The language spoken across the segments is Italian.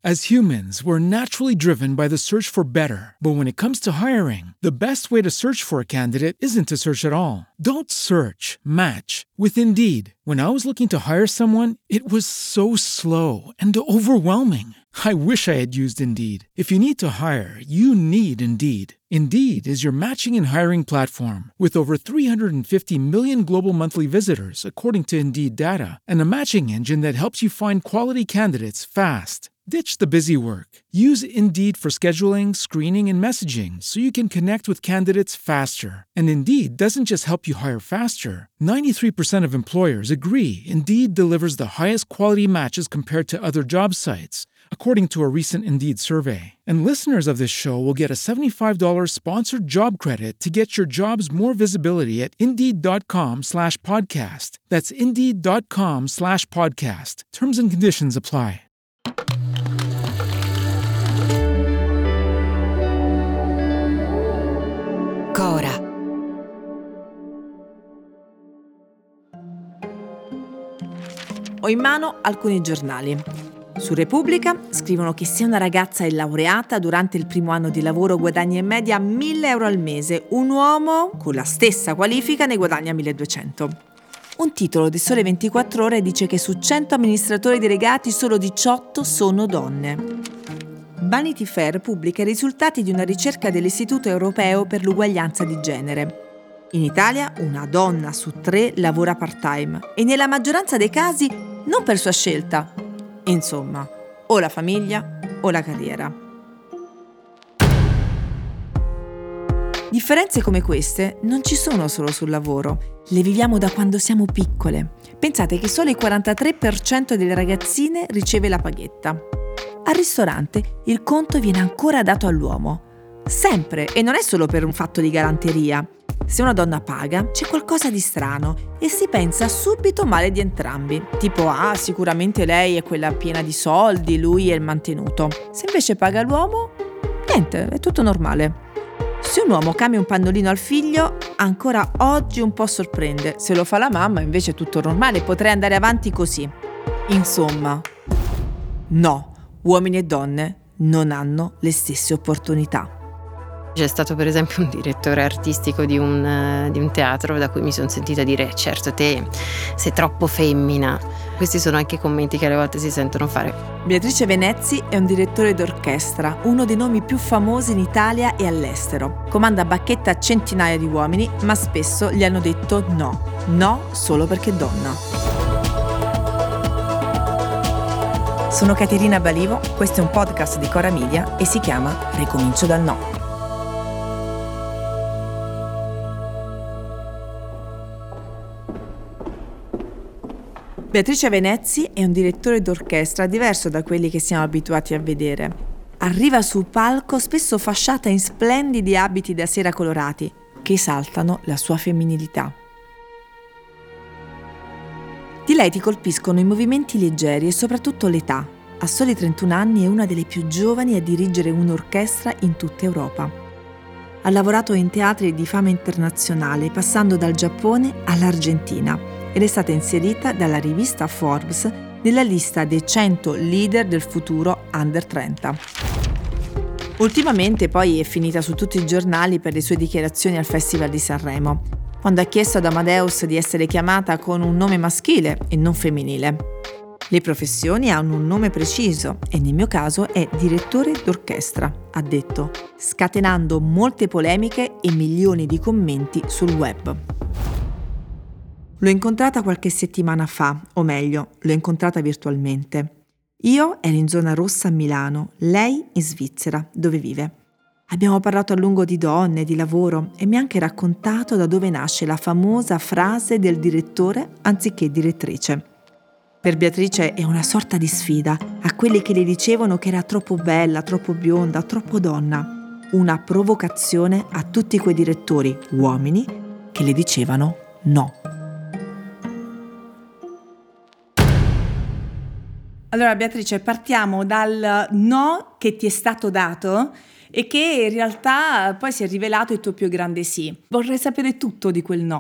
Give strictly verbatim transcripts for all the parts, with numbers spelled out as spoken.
As humans, we're naturally driven by the search for better. But when it comes to hiring, the best way to search for a candidate isn't to search at all. Don't search, match with Indeed. When I was looking to hire someone, it was so slow and overwhelming. I wish I had used Indeed. If you need to hire, you need Indeed. Indeed is your matching and hiring platform with over three hundred fifty million global monthly visitors, according to Indeed data, and a matching engine that helps you find quality candidates fast. Ditch the busy work. Use Indeed for scheduling, screening, and messaging so you can connect with candidates faster. And Indeed doesn't just help you hire faster. ninety-three percent of employers agree Indeed delivers the highest quality matches compared to other job sites, according to a recent Indeed survey. And listeners of this show will get a seventy-five dollars sponsored job credit to get your jobs more visibility at Indeed.com slash podcast. That's Indeed.com slash podcast. Terms and conditions apply. Cora. Ho in mano alcuni giornali. Su Repubblica scrivono che se una ragazza è laureata durante il primo anno di lavoro guadagna in media mille euro al mese, un uomo con la stessa qualifica ne guadagna milleduecento. Un titolo di Sole ventiquattro Ore dice che su cento amministratori delegati solo diciotto sono donne. Vanity Fair pubblica i risultati di una ricerca dell'Istituto Europeo per l'Uguaglianza di Genere. In Italia una donna su tre lavora part-time e nella maggioranza dei casi non per sua scelta. Insomma, o la famiglia o la carriera. Differenze come queste non ci sono solo sul lavoro, le viviamo da quando siamo piccole. Pensate che solo il quarantatré per cento delle ragazzine riceve la paghetta. Al ristorante il conto viene ancora dato all'uomo. Sempre, e non è solo per un fatto di galanteria. Se una donna paga, c'è qualcosa di strano e si pensa subito male di entrambi. Tipo, ah, sicuramente lei è quella piena di soldi, lui è il mantenuto. Se invece paga l'uomo, niente, è tutto normale. Se un uomo cambia un pannolino al figlio, ancora oggi un po' sorprende. Se lo fa la mamma, invece è tutto normale, potrei andare avanti così. Insomma, no, uomini e donne non hanno le stesse opportunità. C'è stato per esempio un direttore artistico di un, di un teatro da cui mi sono sentita dire certo te sei troppo femmina. Questi sono anche commenti che alle volte si sentono fare. Beatrice Venezzi è un direttore d'orchestra, uno dei nomi più famosi in Italia e all'estero. Comanda a bacchetta centinaia di uomini, ma spesso gli hanno detto no, no solo perché è donna. Sono Caterina Balivo, questo è un podcast di Cora Media e si chiama Ricomincio dal no. Beatrice Venezzi è un direttore d'orchestra diverso da quelli che siamo abituati a vedere. Arriva sul palco spesso fasciata in splendidi abiti da sera colorati che esaltano la sua femminilità. Di lei ti colpiscono i movimenti leggeri e soprattutto l'età. A soli trentuno anni è una delle più giovani a dirigere un'orchestra in tutta Europa. Ha lavorato in teatri di fama internazionale, passando dal Giappone all'Argentina, ed è stata inserita dalla rivista Forbes nella lista dei cento leader del futuro under trenta. Ultimamente poi è finita su tutti i giornali per le sue dichiarazioni al Festival di Sanremo, quando ha chiesto ad Amadeus di essere chiamata con un nome maschile e non femminile. Le professioni hanno un nome preciso e nel mio caso è direttore d'orchestra, ha detto, scatenando molte polemiche e milioni di commenti sul web. L'ho incontrata qualche settimana fa, o meglio, l'ho incontrata virtualmente. Io ero in zona rossa a Milano, lei in Svizzera, dove vive. Abbiamo parlato a lungo di donne, di lavoro e mi ha anche raccontato da dove nasce la famosa frase del direttore anziché direttrice. Per Beatrice è una sorta di sfida a quelli che le dicevano che era troppo bella, troppo bionda, troppo donna. Una provocazione a tutti quei direttori, uomini, che le dicevano no. Allora Beatrice, partiamo dal no che ti è stato dato e che in realtà poi si è rivelato il tuo più grande sì. Vorrei sapere tutto di quel no.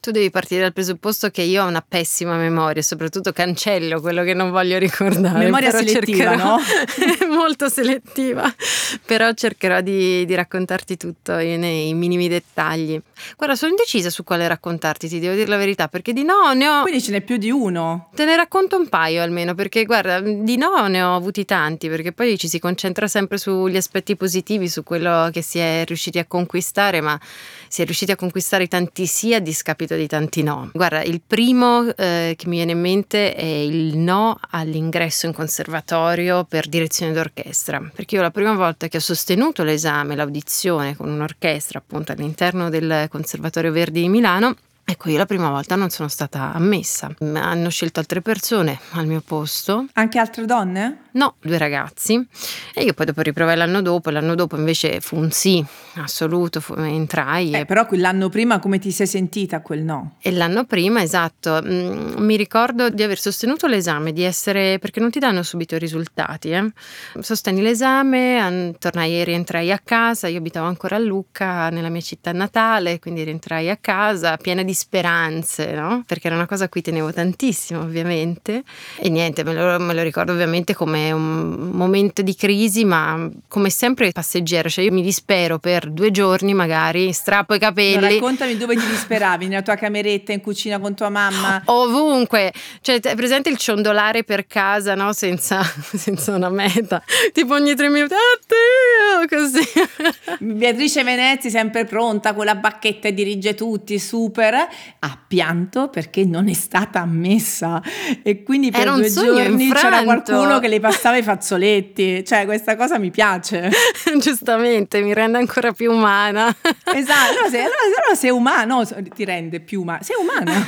Tu devi partire dal presupposto che io ho una pessima memoria, soprattutto cancello quello che non voglio ricordare. Memoria però selettiva, cercherò, no? molto selettiva, però cercherò di, di raccontarti tutto nei minimi dettagli. Guarda, sono indecisa su quale raccontarti, ti devo dire la verità, perché di no ne ho... Quindi ce n'è più di uno. Te ne racconto un paio almeno, perché guarda, di no ne ho avuti tanti, perché poi ci si concentra sempre sugli aspetti positivi, su quello che si è riusciti a conquistare, ma si è riusciti a conquistare tanti sì a discapito di tanti no. Guarda, il primo eh, che mi viene in mente è il no all'ingresso in conservatorio per direzione d'orchestra, perché io la prima volta che ho sostenuto l'esame, l'audizione con un'orchestra appunto all'interno del Conservatorio Verdi di Milano, ecco, io la prima volta non sono stata ammessa. Hanno scelto altre persone al mio posto. Anche altre donne? No, due ragazzi. E io poi dopo riprovai l'anno dopo, l'anno dopo invece fu un sì assoluto, fu, entrai. Eh, e... però quell'anno prima come ti sei sentita a quel no? E l'anno prima, esatto, mh, mi ricordo di aver sostenuto l'esame, di essere, perché non ti danno subito i risultati, eh. Sostenni l'esame, an, tornai e rientrai a casa, io abitavo ancora a Lucca, nella mia città natale, quindi rientrai a casa piena di speranze, no? Perché era una cosa a cui tenevo tantissimo, ovviamente. E niente, me lo, me lo ricordo ovviamente come un momento di crisi, ma come sempre passeggero, cioè io mi dispero per due giorni magari, strappo i capelli. No, raccontami dove ti disperavi, nella tua cameretta, in cucina con tua mamma? Ovunque, cioè è presente il ciondolare per casa, no? Senza, senza una meta, tipo ogni tre minuti, addio, così. Beatrice Venezzi sempre pronta con la bacchetta e dirige tutti, super, ha pianto perché non è stata ammessa e quindi per Era un due sogno giorni infranto. C'era qualcuno che le passava i fazzoletti, cioè questa cosa mi piace. Giustamente, mi rende ancora più umana. Esatto, no, se, allora sei umana, no, ti rende più umana, sei umana.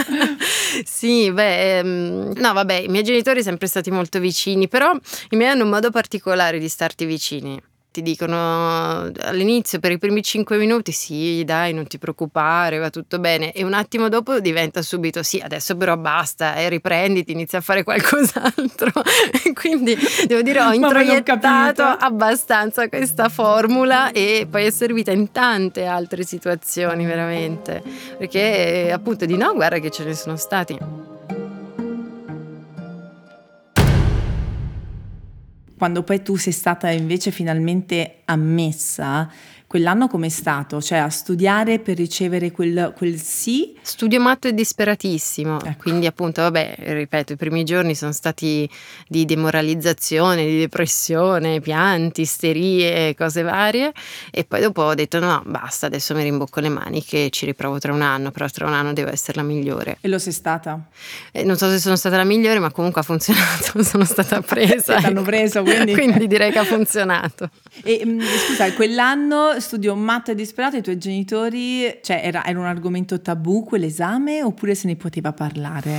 Sì, beh, ehm, no vabbè, i miei genitori sono sempre stati molto vicini, però i miei hanno un modo particolare di starti vicini. Ti dicono all'inizio per i primi cinque minuti sì dai non ti preoccupare va tutto bene e un attimo dopo diventa subito sì adesso però basta e eh, riprenditi, inizia a fare qualcos'altro. Quindi devo dire ho introiettato abbastanza questa formula e poi è servita in tante altre situazioni veramente, perché appunto di no guarda che ce ne sono stati. Quando poi tu sei stata invece finalmente ammessa, quell'anno com'è stato? Cioè a studiare per ricevere quel, quel sì? Studio matto e disperatissimo, ecco. Quindi appunto vabbè, ripeto, i primi giorni sono stati di demoralizzazione, di depressione, pianti, isterie, cose varie e poi dopo ho detto no, basta, adesso mi rimbocco le maniche e ci riprovo tra un anno, però tra un anno devo essere la migliore. E lo sei stata? Eh, non so se sono stata la migliore, ma comunque ha funzionato, sono stata presa. Ti hanno preso, quindi. Quindi direi che ha funzionato. E mh, scusa, quell'anno studio matto e disperato, i tuoi genitori, cioè era, era un argomento tabù quell'esame oppure se ne poteva parlare?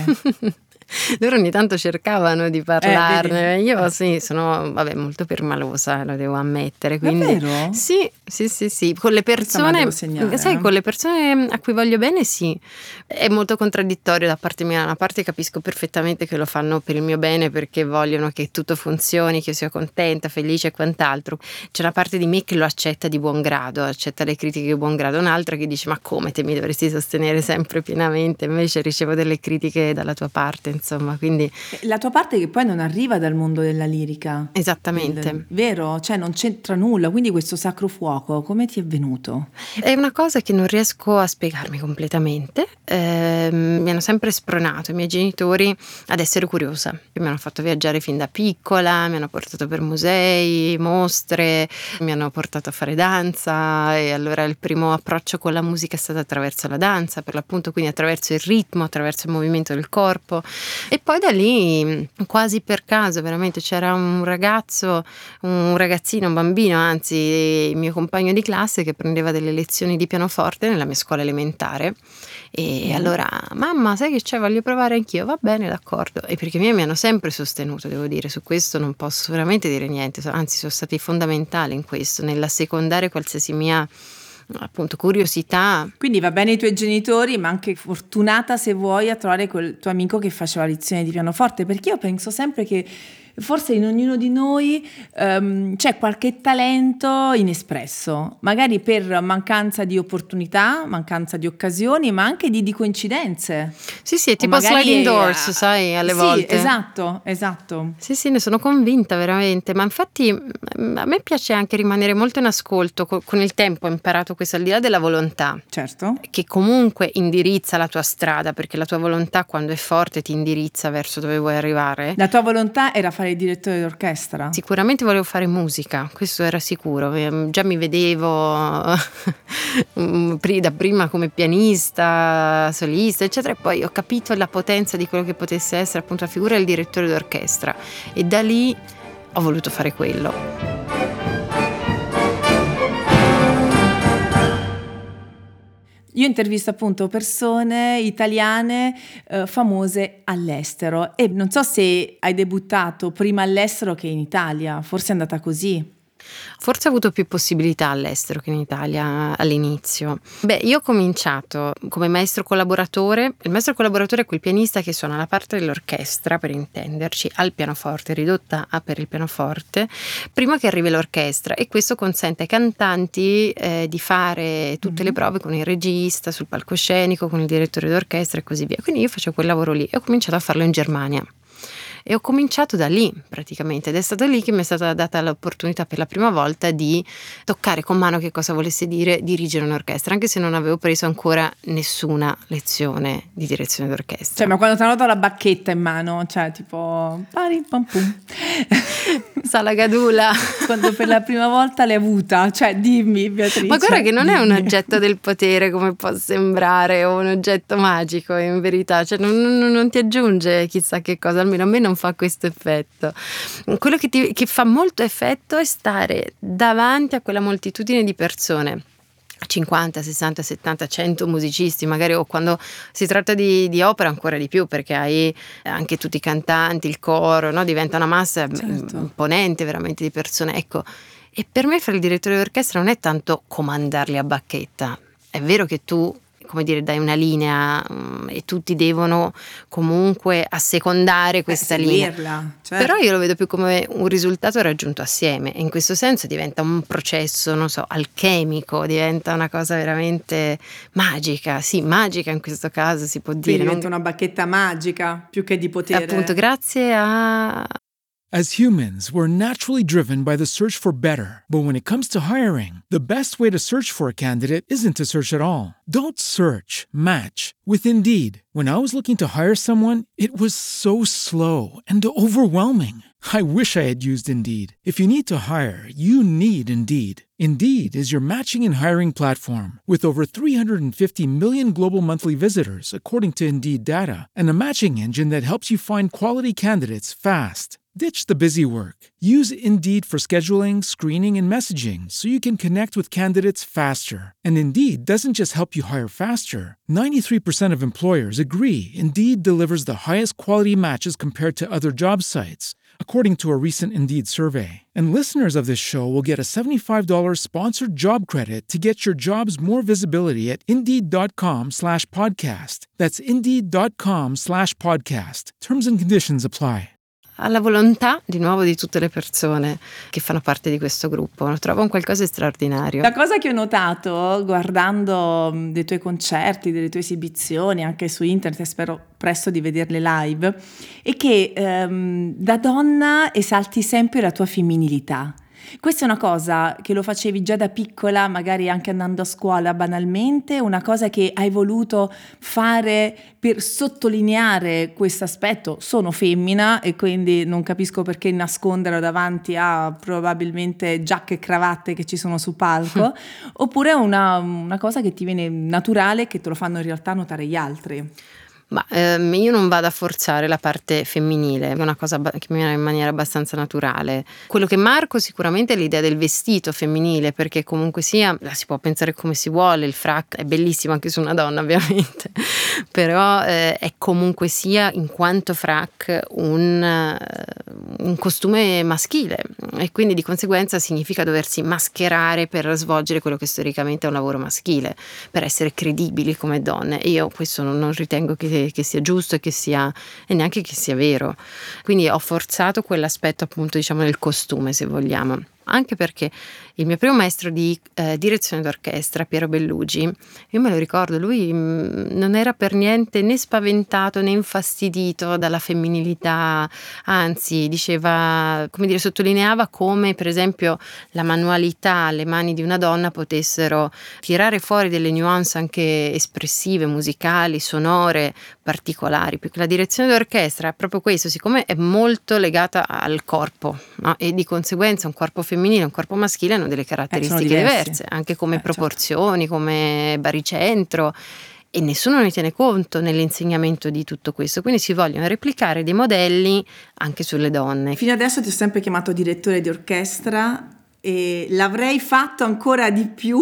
Loro ogni tanto cercavano di parlarne. Eh, Io sì, sono vabbè, molto permalosa, lo devo ammettere. Quindi, davvero? Sì, sì, sì, sì. Con le persone, segnare, sai, eh? con le persone a cui voglio bene, sì. È molto contraddittorio da parte mia. Da una parte capisco perfettamente che lo fanno per il mio bene, perché vogliono che tutto funzioni, che io sia contenta, felice e quant'altro. C'è una parte di me che lo accetta di buon grado, accetta le critiche di buon grado, un'altra che dice ma come te mi dovresti sostenere sempre pienamente, invece ricevo delle critiche dalla tua parte. Insomma, quindi la tua parte che poi non arriva dal mondo della lirica. Esattamente. Il, vero? Cioè non c'entra nulla, quindi questo sacro fuoco come ti è venuto? È una cosa che non riesco a spiegarmi completamente. Eh, mi hanno sempre spronato i miei genitori ad essere curiosa. Mi hanno fatto viaggiare fin da piccola, mi hanno portato per musei, mostre, mi hanno portato a fare danza e allora il primo approccio con la musica è stato attraverso la danza, per l'appunto, quindi attraverso il ritmo, attraverso il movimento del corpo. E poi da lì, quasi per caso, veramente c'era un ragazzo, un ragazzino, un bambino, anzi, il mio compagno di classe che prendeva delle lezioni di pianoforte nella mia scuola elementare. E mm. allora, mamma, sai che c'è? Voglio provare anch'io. Va bene, d'accordo. E perché i miei mi hanno sempre sostenuto, devo dire, su questo non posso veramente dire niente, anzi sono stati fondamentali in questo, nell'assecondare qualsiasi mia appunto curiosità. Quindi va bene i tuoi genitori, ma anche fortunata se vuoi a trovare quel tuo amico che faceva lezioni di pianoforte, perché io penso sempre che forse in ognuno di noi um, c'è qualche talento inespresso, magari per mancanza di opportunità, mancanza di occasioni, ma anche di, di coincidenze. Sì, sì, è tipo sliding doors, sai, alle sì, volte. Esatto, esatto. Sì, sì, ne sono convinta veramente, ma infatti a me piace anche rimanere molto in ascolto. Con il tempo ho imparato questo, al di là della volontà, certo, che comunque indirizza la tua strada, perché la tua volontà quando è forte ti indirizza verso dove vuoi arrivare. La tua volontà era fare il direttore d'orchestra? Sicuramente volevo fare musica, questo era sicuro, già mi vedevo da prima come pianista, solista, eccetera, e poi ho capito la potenza di quello che potesse essere appunto la figura del direttore d'orchestra e da lì ho voluto fare quello. Io intervisto appunto persone italiane eh, famose all'estero e non so se hai debuttato prima all'estero che in Italia, forse è andata così. Forse ho avuto più possibilità all'estero che in Italia all'inizio. Beh, io ho cominciato come maestro collaboratore. Il maestro collaboratore è quel pianista che suona la parte dell'orchestra, per intenderci, al pianoforte, ridotta a per il pianoforte, prima che arrivi l'orchestra, e questo consente ai cantanti eh, di fare tutte mm-hmm. le prove con il regista, sul palcoscenico, con il direttore d'orchestra e così via. Quindi io facevo quel lavoro lì e ho cominciato a farlo in Germania. E ho cominciato da lì praticamente, ed è stato lì che mi è stata data l'opportunità per la prima volta di toccare con mano che cosa volesse dire dirigere un'orchestra, anche se non avevo preso ancora nessuna lezione di direzione d'orchestra. Cioè, ma quando ti hanno dato la bacchetta in mano, cioè tipo pari pam pum Salagadula, quando per la prima volta l'hai avuta, cioè dimmi Beatrice. Ma guarda che non dimmi. È un oggetto del potere come può sembrare, o un oggetto magico in verità, cioè non, non, non ti aggiunge chissà che cosa, almeno a me non fa questo effetto. Quello che, ti, che fa molto effetto è stare davanti a quella moltitudine di persone, cinquanta, sessanta, settanta, cento musicisti magari, o quando si tratta di, di opera ancora di più, perché hai anche tutti i cantanti, il coro, no? Diventa una massa certo. imponente veramente di persone, ecco. E per me fare il direttore d'orchestra non è tanto comandarli a bacchetta, è vero che tu, come dire, dai una linea um, e tutti devono comunque assecondare questa eh, linea, certo. Però io lo vedo più come un risultato raggiunto assieme, e in questo senso diventa un processo, non so, alchemico, diventa una cosa veramente magica, sì, magica in questo caso si può dire. Quindi diventa non... una bacchetta magica più che di potere. Appunto, grazie a... As humans, we're naturally driven by the search for better. But when it comes to hiring, the best way to search for a candidate isn't to search at all. Don't search, match with Indeed. When I was looking to hire someone, it was so slow and overwhelming. I wish I had used Indeed. If you need to hire, you need Indeed. Indeed is your matching and hiring platform with over three hundred fifty million global monthly visitors, according to Indeed data, and a matching engine that helps you find quality candidates fast. Ditch the busy work. Use Indeed for scheduling, screening, and messaging so you can connect with candidates faster. And Indeed doesn't just help you hire faster. ninety-three percent of employers agree Indeed delivers the highest quality matches compared to other job sites, according to a recent Indeed survey. And listeners of this show will get a seventy-five dollars sponsored job credit to get your jobs more visibility at Indeed.com slash podcast. That's Indeed.com slash podcast. Terms and conditions apply. Alla volontà di nuovo di tutte le persone che fanno parte di questo gruppo. Lo trovo un qualcosa di straordinario. La cosa che ho notato guardando dei tuoi concerti, delle tue esibizioni anche su internet, e spero presto di vederle live, è che ehm, da donna esalti sempre la tua femminilità. Questa è una cosa che lo facevi già da piccola, magari anche andando a scuola banalmente, una cosa che hai voluto fare per sottolineare questo aspetto. Sono femmina e quindi non capisco perché nasconderlo davanti a probabilmente giacche e cravatte che ci sono su palco, oppure è una, una cosa che ti viene naturale, che te lo fanno in realtà notare gli altri. Ma ehm, io non vado a forzare la parte femminile, è una cosa che mi viene in maniera abbastanza naturale. Quello che marco sicuramente è l'idea del vestito femminile, perché comunque sia, la si può pensare come si vuole, il frac è bellissimo anche su una donna ovviamente, però eh, è comunque sia in quanto frac un, un costume maschile, e quindi di conseguenza significa doversi mascherare per svolgere quello che storicamente è un lavoro maschile, per essere credibili come donne, e io questo non, non ritengo che che, che sia giusto e che sia e neanche che sia vero. Quindi ho forzato quell'aspetto appunto, diciamo, del costume, se vogliamo. Anche perché il mio primo maestro di eh, direzione d'orchestra, Piero Bellugi, io me lo ricordo, lui mh, non era per niente né spaventato né infastidito dalla femminilità, anzi diceva, come dire, sottolineava come per esempio la manualità, le mani di una donna potessero tirare fuori delle nuance anche espressive, musicali, sonore, particolari, perché la direzione d'orchestra è proprio questo, siccome è molto legata al corpo, no? E di conseguenza un corpo femminile e un corpo maschile hanno delle caratteristiche eh, diverse, anche come eh, proporzioni, certo. Come baricentro, e nessuno ne tiene conto nell'insegnamento di tutto questo, quindi si vogliono replicare dei modelli anche sulle donne. Fino adesso ti ho sempre chiamato direttore di orchestra e l'avrei fatto ancora di più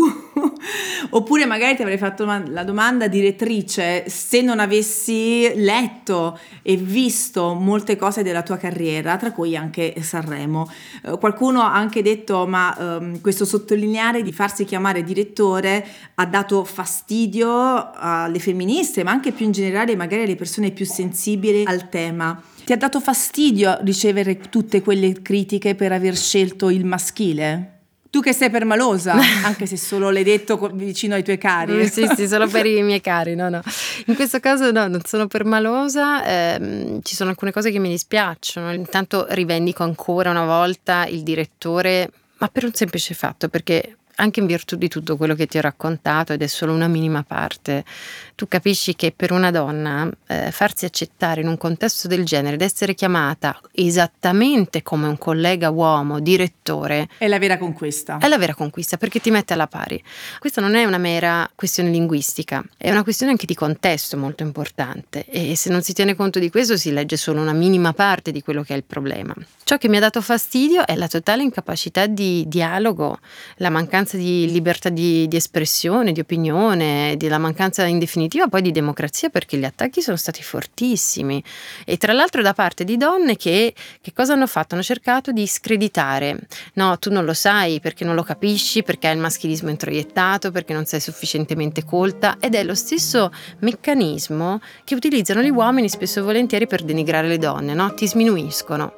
oppure magari ti avrei fatto la domanda direttrice se non avessi letto e visto molte cose della tua carriera, tra cui anche Sanremo. Eh, qualcuno ha anche detto ma ehm, questo sottolineare di farsi chiamare direttore ha dato fastidio alle femministe, ma anche più in generale magari alle persone più sensibili al tema. Ti ha dato fastidio ricevere tutte quelle critiche per aver scelto il maschile? Tu che sei permalosa, anche se solo l'hai detto vicino ai tuoi cari. Sì, sì, solo per i miei cari, no, no. In questo caso no, non sono permalosa, ehm, ci sono alcune cose che mi dispiacciono. Intanto rivendico ancora una volta il direttore, ma per un semplice fatto, perché anche in virtù di tutto quello che ti ho raccontato, ed è solo una minima parte, tu capisci che per una donna eh, farsi accettare in un contesto del genere ed essere chiamata esattamente come un collega uomo, direttore, è la vera conquista. È la vera conquista, perché ti mette alla pari. Questa non è una mera questione linguistica, è una questione anche di contesto molto importante, e se non si tiene conto di questo si legge solo una minima parte di quello che è il problema. Ciò che mi ha dato fastidio è la totale incapacità di dialogo, la mancanza di libertà di, di espressione, di opinione, di la mancanza in definitiva poi di democrazia, perché gli attacchi sono stati fortissimi, e tra l'altro da parte di donne che, che cosa hanno fatto? Hanno cercato di screditare. No, tu non lo sai perché non lo capisci, perché hai il maschilismo introiettato, perché non sei sufficientemente colta, ed è lo stesso meccanismo che utilizzano gli uomini spesso e volentieri per denigrare le donne, no? Ti sminuiscono.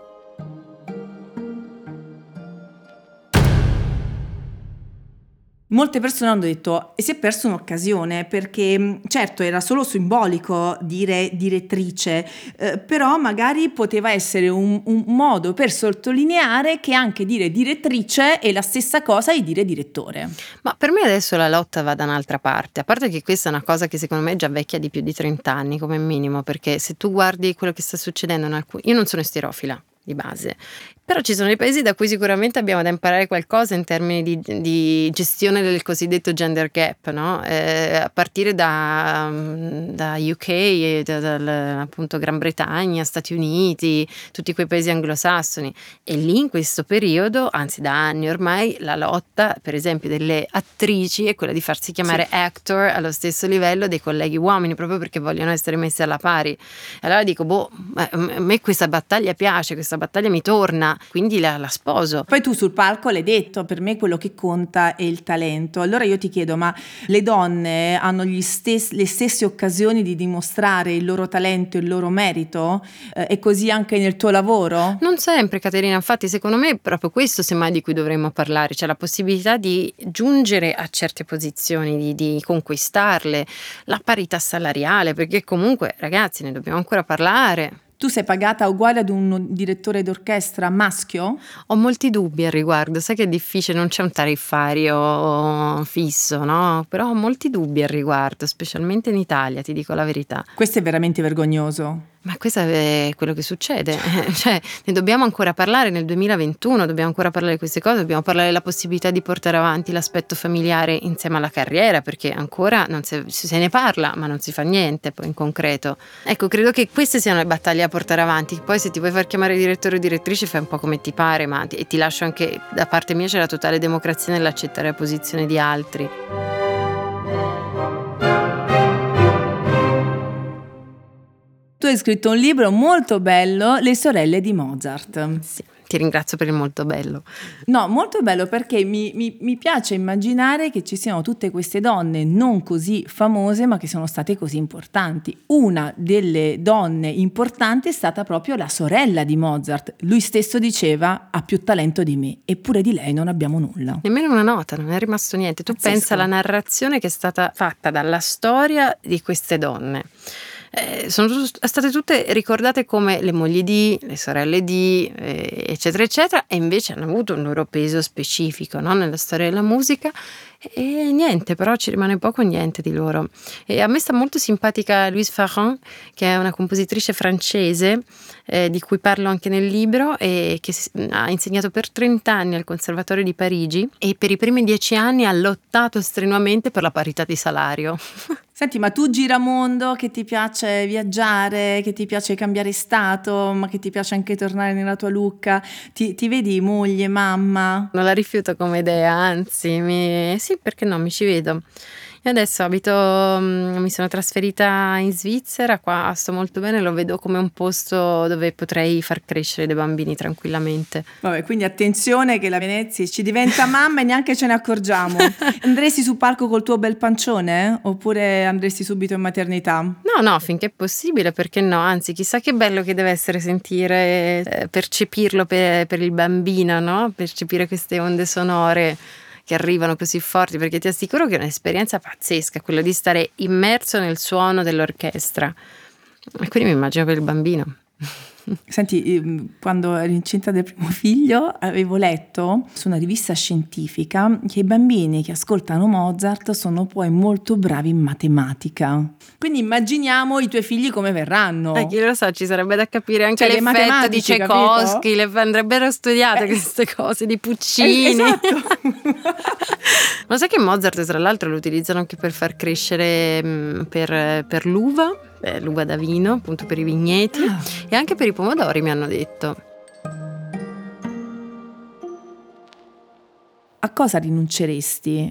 Molte persone hanno detto e si è perso un'occasione, perché certo era solo simbolico dire direttrice, eh, però magari poteva essere un, un modo per sottolineare che anche dire direttrice è la stessa cosa di dire direttore. Ma per me adesso la lotta va da un'altra parte, a parte che questa è una cosa che secondo me è già vecchia di più di trenta anni come minimo, perché se tu guardi quello che sta succedendo in alcuni... Io non sono esterofila di base, però ci sono dei paesi da cui sicuramente abbiamo da imparare qualcosa in termini di, di gestione del cosiddetto gender gap, no? Eh, a partire da, da U K, da, da, appunto Gran Bretagna, Stati Uniti, tutti quei paesi anglosassoni, e lì in questo periodo, anzi da anni ormai, la lotta per esempio delle attrici è quella di farsi chiamare sì. actor allo stesso livello dei colleghi uomini, proprio perché vogliono essere messe alla pari. E allora dico, boh, a me questa battaglia piace, questa battaglia mi torna, quindi la, la sposo. Poi tu sul palco l'hai detto, per me quello che conta è il talento. Allora io ti chiedo, ma le donne hanno gli stessi, le stesse occasioni di dimostrare il loro talento, il loro merito? Eh, è così anche nel tuo lavoro? Non sempre, Caterina, infatti secondo me è proprio questo semmai di cui dovremmo parlare, cioè la possibilità di giungere a certe posizioni, di, di conquistarle, la parità salariale, perché comunque ragazzi ne dobbiamo ancora parlare. Tu sei pagata uguale ad un direttore d'orchestra maschio? Ho molti dubbi al riguardo, sai che è difficile, non c'è un tariffario fisso, no? Però ho molti dubbi al riguardo, specialmente in Italia, ti dico la verità. Questo è veramente vergognoso. Ma questo è quello che succede, cioè ne dobbiamo ancora parlare nel duemilaventuno, dobbiamo ancora parlare di queste cose, dobbiamo parlare della possibilità di portare avanti l'aspetto familiare insieme alla carriera, perché ancora non se, se ne parla ma non si fa niente poi in concreto. Ecco, credo che queste siano le battaglie a portare avanti, poi se ti vuoi far chiamare direttore o direttrice fai un po' come ti pare, ma ti, e ti lascio anche, da parte mia c'è la totale democrazia nell'accettare la posizione di altri. Tu hai scritto un libro molto bello, Le sorelle di Mozart. Sì, Ti ringrazio per il molto bello. No, molto bello perché mi, mi, mi piace immaginare che ci siano tutte queste donne non così famose ma che sono state così importanti. Una delle donne importanti è stata proprio la sorella di Mozart. Lui stesso diceva: ha più talento di me, eppure di lei non abbiamo nulla. Nemmeno una nota, non è rimasto niente. Tu Pazzesco. pensa alla narrazione che è stata fatta dalla storia di queste donne. Eh, sono tut- state tutte ricordate come le mogli di, le sorelle di, eh, eccetera eccetera, e invece hanno avuto un loro peso specifico, no? Nella storia della musica, e niente, però ci rimane poco niente di loro. E a me sta molto simpatica Louise Farren, che è una compositrice francese, eh, di cui parlo anche nel libro, e che ha insegnato per trenta anni al Conservatorio di Parigi e per i primi dieci anni ha lottato strenuamente per la parità di salario. Senti, ma tu giramondo, che ti piace viaggiare, che ti piace cambiare stato, ma che ti piace anche tornare nella tua Lucca, ti, ti vedi moglie, mamma? Non la rifiuto come idea, anzi, mi... sì, perché no, mi ci vedo. Io adesso abito, mi sono trasferita in Svizzera, qua sto molto bene, lo vedo come un posto dove potrei far crescere dei bambini tranquillamente. Vabbè, quindi attenzione che la Venezia ci diventa mamma e neanche ce ne accorgiamo. Andresti sul palco col tuo bel pancione? Oppure andresti subito in maternità? No, no, finché è possibile, perché no? Anzi, chissà che bello che deve essere sentire, eh, percepirlo per, per il bambino, no? Percepire queste onde sonore che arrivano così forti, perché ti assicuro che è un'esperienza pazzesca, quello di stare immerso nel suono dell'orchestra. E quindi mi immagino per il bambino. Senti, quando ero incinta del primo figlio avevo letto su una rivista scientifica che i bambini che ascoltano Mozart sono poi molto bravi in matematica. Quindi immaginiamo i tuoi figli come verranno. Eh, chi lo sa, ci sarebbe da capire anche cioè, l'effetto di Tchaikovsky, le andrebbero studiate eh, queste cose, di Puccini. Eh, esatto. Ma sai che Mozart tra l'altro lo utilizzano anche per far crescere mh, per, per l'uva, eh, l'uva da vino, appunto per i vigneti, ah. e anche per i pomodori, mi hanno detto. A cosa rinunceresti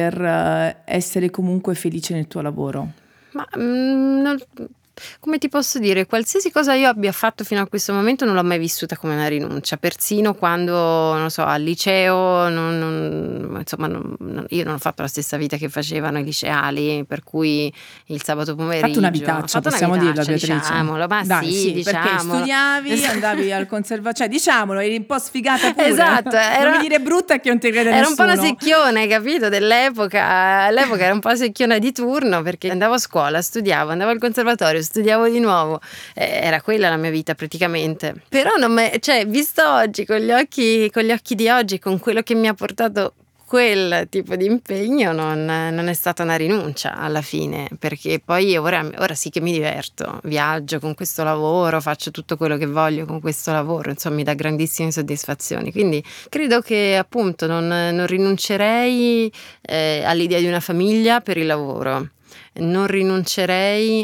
per essere comunque felice nel tuo lavoro? Ma mh, non, come ti posso dire, qualsiasi cosa io abbia fatto fino a questo momento non l'ho mai vissuta come una rinuncia, persino quando, non so, al liceo non, non, insomma non, non, io non ho fatto la stessa vita che facevano i liceali, per cui il sabato pomeriggio fatto una vitaccia, possiamo una vitaccia, dirlo, Beatrice, diciamolo, ma Dai, sì, sì, diciamolo. Perché studiavi, andavi al conservatorio, cioè diciamolo, eri un po' sfigata pure. Esatto, era, non mi dire brutta che non ti crede era nessuno. Era un po' una secchione, capito, dell'epoca. All'epoca era un po' la secchiona di turno, perché andavo a scuola, studiavo, andavo al conservatorio, studiavo di nuovo. Era quella la mia vita praticamente. Però non me, cioè, visto oggi con gli occhi con gli occhi di oggi, con quello che mi ha portato quel tipo di impegno, non, non è stata una rinuncia alla fine, perché poi ora, ora sì che mi diverto, viaggio con questo lavoro, faccio tutto quello che voglio con questo lavoro, insomma mi dà grandissime soddisfazioni, quindi credo che appunto non, non rinuncerei eh, all'idea di una famiglia per il lavoro. Non rinuncerei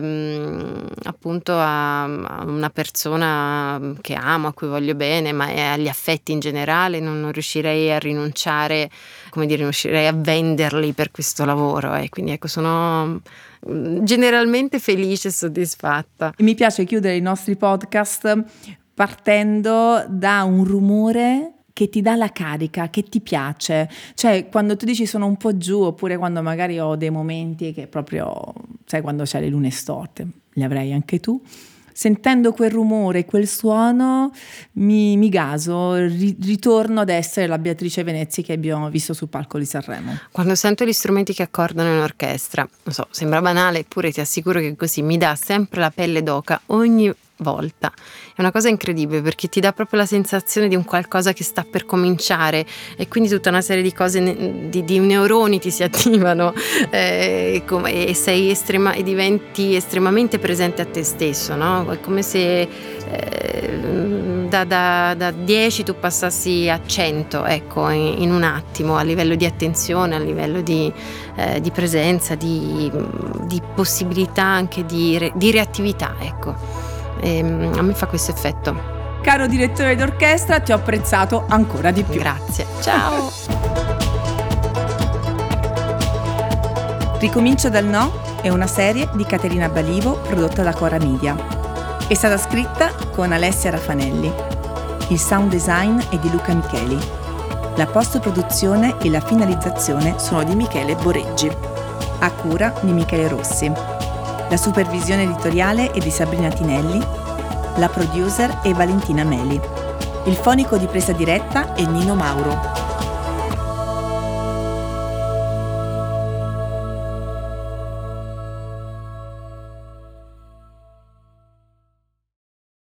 ehm, appunto a, a una persona che amo, a cui voglio bene, ma agli affetti in generale. Non, non riuscirei a rinunciare, come dire, non riuscirei a venderli per questo lavoro. E eh. quindi ecco, sono generalmente felice e soddisfatta. Mi piace chiudere i nostri podcast partendo da un rumore che ti dà la carica, che ti piace, cioè quando tu dici sono un po' giù, oppure quando magari ho dei momenti che proprio, sai, quando c'hai le lune storte, li avrai anche tu, sentendo quel rumore, quel suono, mi, mi gaso, ri, ritorno ad essere la Beatrice Venezia che abbiamo visto sul palco di Sanremo. Quando sento gli strumenti che accordano in orchestra, non so, sembra banale, eppure ti assicuro che così mi dà sempre la pelle d'oca ogni volta. È una cosa incredibile, perché ti dà proprio la sensazione di un qualcosa che sta per cominciare, e quindi tutta una serie di cose, ne, di, di neuroni ti si attivano eh, come, e sei estrema, e diventi estremamente presente a te stesso, no? È come se eh, da, da, da dieci tu passassi a cento, ecco, in, in un attimo, a livello di attenzione, a livello di, eh, di presenza, di, di possibilità anche di, re, di reattività, ecco. E a me fa questo effetto. Caro direttore d'orchestra, ti ho apprezzato ancora di più. Grazie. Ciao. Ricomincio dal no è una serie di Caterina Balivo prodotta da Cora Media. È stata scritta con Alessia Raffanelli. Il sound design è di Luca Micheli. La post-produzione e la finalizzazione sono di Michele Boreggi, a cura di Michele Rossi. La supervisione editoriale è di Sabrina Tinelli, la producer è Valentina Meli. Il fonico di presa diretta è Nino Mauro.